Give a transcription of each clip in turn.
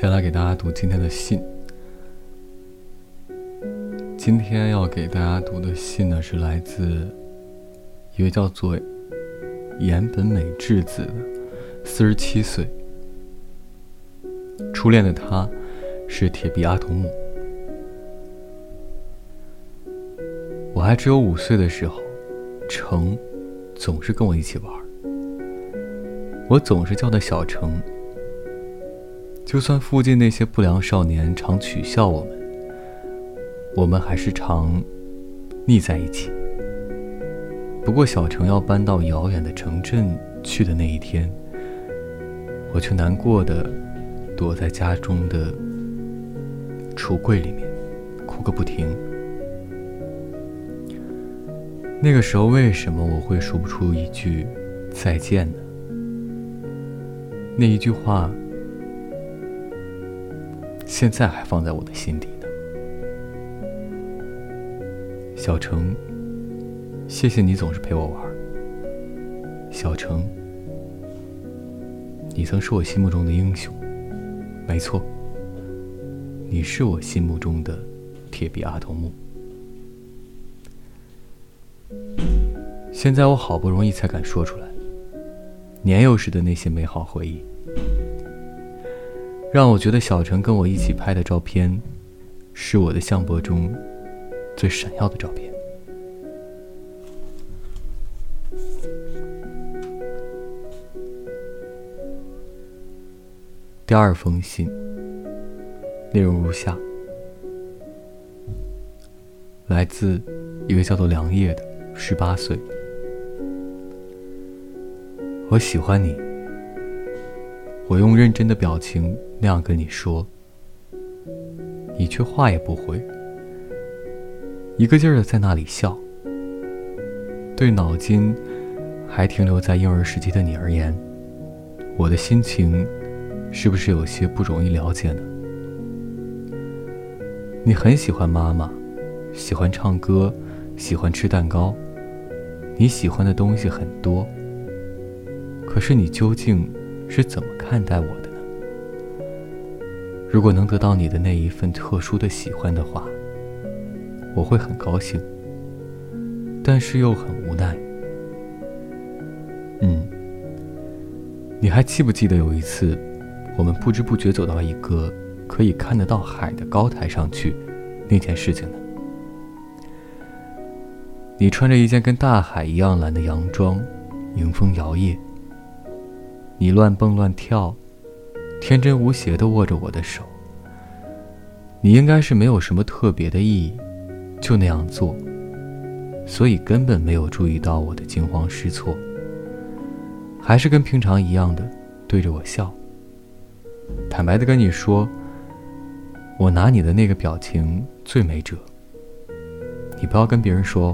先来给大家读今天的信。今天要给大家读的信呢，是来自一位叫做岩本美智子的47岁。初恋的他是铁臂阿童木。我还只有5岁的时候，程总是跟我一起玩，我总是叫他小程。就算附近那些不良少年常取笑我们还是常腻在一起。不过小程要搬到遥远的城镇去的那一天，我却难过地躲在家中的橱柜里面，哭个不停。那个时候为什么我会说不出一句再见呢？那一句话现在还放在我的心底呢。小程，谢谢你总是陪我玩。小程，你曾是我心目中的英雄。没错，你是我心目中的铁臂阿童木。现在我好不容易才敢说出来，年幼时的那些美好回忆，让我觉得小程跟我一起拍的照片是我的相簿中最闪耀的照片。第2封信，内容如下：来自一个叫做梁叶的18岁。我喜欢你，我用认真的表情那样跟你说，你却话也不回，一个劲儿的在那里笑。对脑筋还停留在婴儿时期的你而言，我的心情是不是有些不容易了解呢？你很喜欢妈妈，喜欢唱歌，喜欢吃蛋糕，你喜欢的东西很多。可是你究竟是怎么看待我的呢？如果能得到你的那一份特殊的喜欢的话，我会很高兴，但是又很无奈。你还记不记得有一次，我们不知不觉走到一个可以看得到海的高台上去那件事情呢？你穿着一件跟大海一样蓝的洋装，迎风摇曳。你乱蹦乱跳，天真无邪地握着我的手。你应该是没有什么特别的意义，就那样做，所以根本没有注意到我的惊慌失措，还是跟平常一样的对着我笑。坦白地跟你说，我拿你的那个表情最没辙，你不要跟别人说。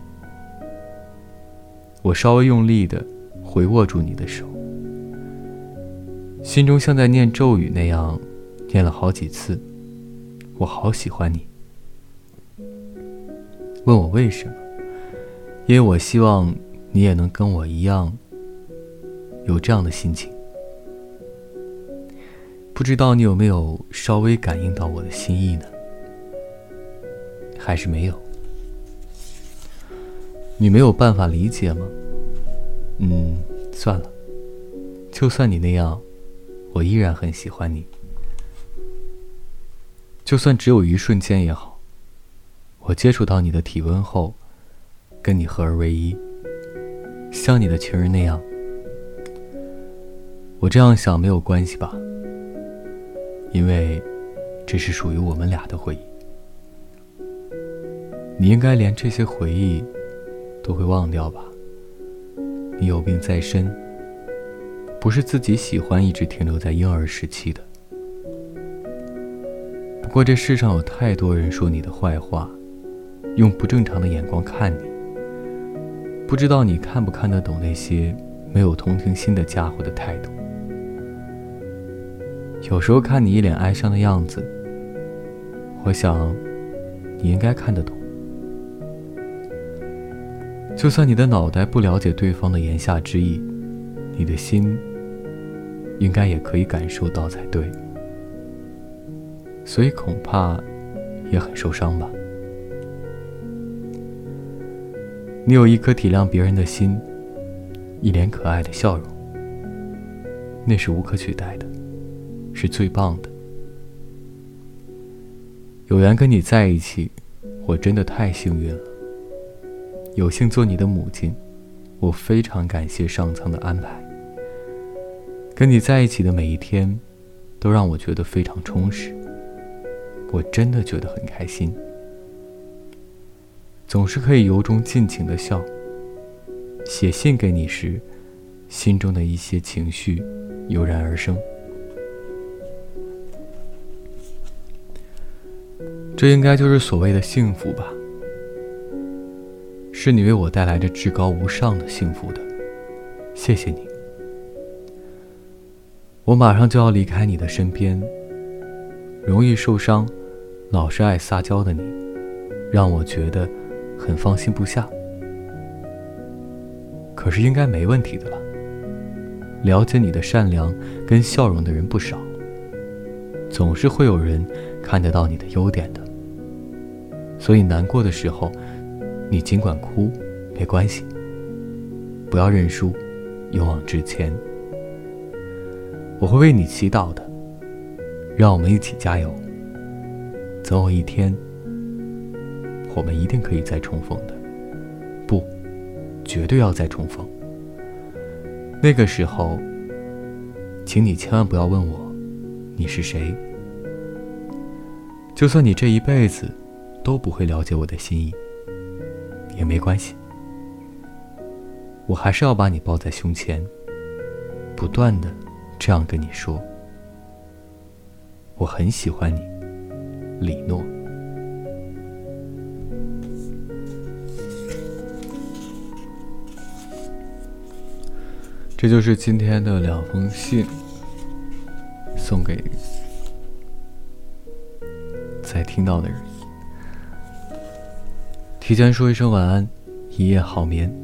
我稍微用力地回握住你的手，心中像在念咒语那样念了好几次，我好喜欢你。问我为什么？因为我希望你也能跟我一样有这样的心情。不知道你有没有稍微感应到我的心意呢？还是没有？你没有办法理解吗？算了，就算你那样，我依然很喜欢你。就算只有一瞬间也好，我接触到你的体温后，跟你合而为一，像你的情人那样。我这样想没有关系吧？因为这是属于我们俩的回忆。你应该连这些回忆都会忘掉吧？你有病在身，不是自己喜欢一直停留在婴儿时期的。不过这世上有太多人说你的坏话，用不正常的眼光看你，不知道你看不看得懂那些没有同情心的家伙的态度。有时候看你一脸哀伤的样子，我想你应该看得懂。就算你的脑袋不了解对方的言下之意，你的心应该也可以感受到才对。 所以恐怕也很受伤吧。你有一颗体谅别人的心，一脸可爱的笑容，那是无可取代的，是最棒的。有缘跟你在一起，我真的太幸运了。有幸做你的母亲，我非常感谢上苍的安排。跟你在一起的每一天，都让我觉得非常充实。我真的觉得很开心，总是可以由衷尽情的笑。写信给你时，心中的一些情绪油然而生。这应该就是所谓的幸福吧，是你为我带来着至高无上的幸福的，谢谢你。我马上就要离开你的身边，容易受伤，老是爱撒娇的你，让我觉得很放心不下。可是应该没问题的了，了解你的善良跟笑容的人不少，总是会有人看得到你的优点的。所以难过的时候，你尽管哭，没关系，不要认输，勇往直前。我会为你祈祷的，让我们一起加油。总有一天，我们一定可以再重逢的，不，绝对要再重逢。那个时候，请你千万不要问我你是谁，就算你这一辈子都不会了解我的心意，也没关系，我还是要把你抱在胸前，不断的这样跟你说，我很喜欢你，李诺。这就是今天的2封信，送给在听到的人。提前说一声晚安，一夜好眠。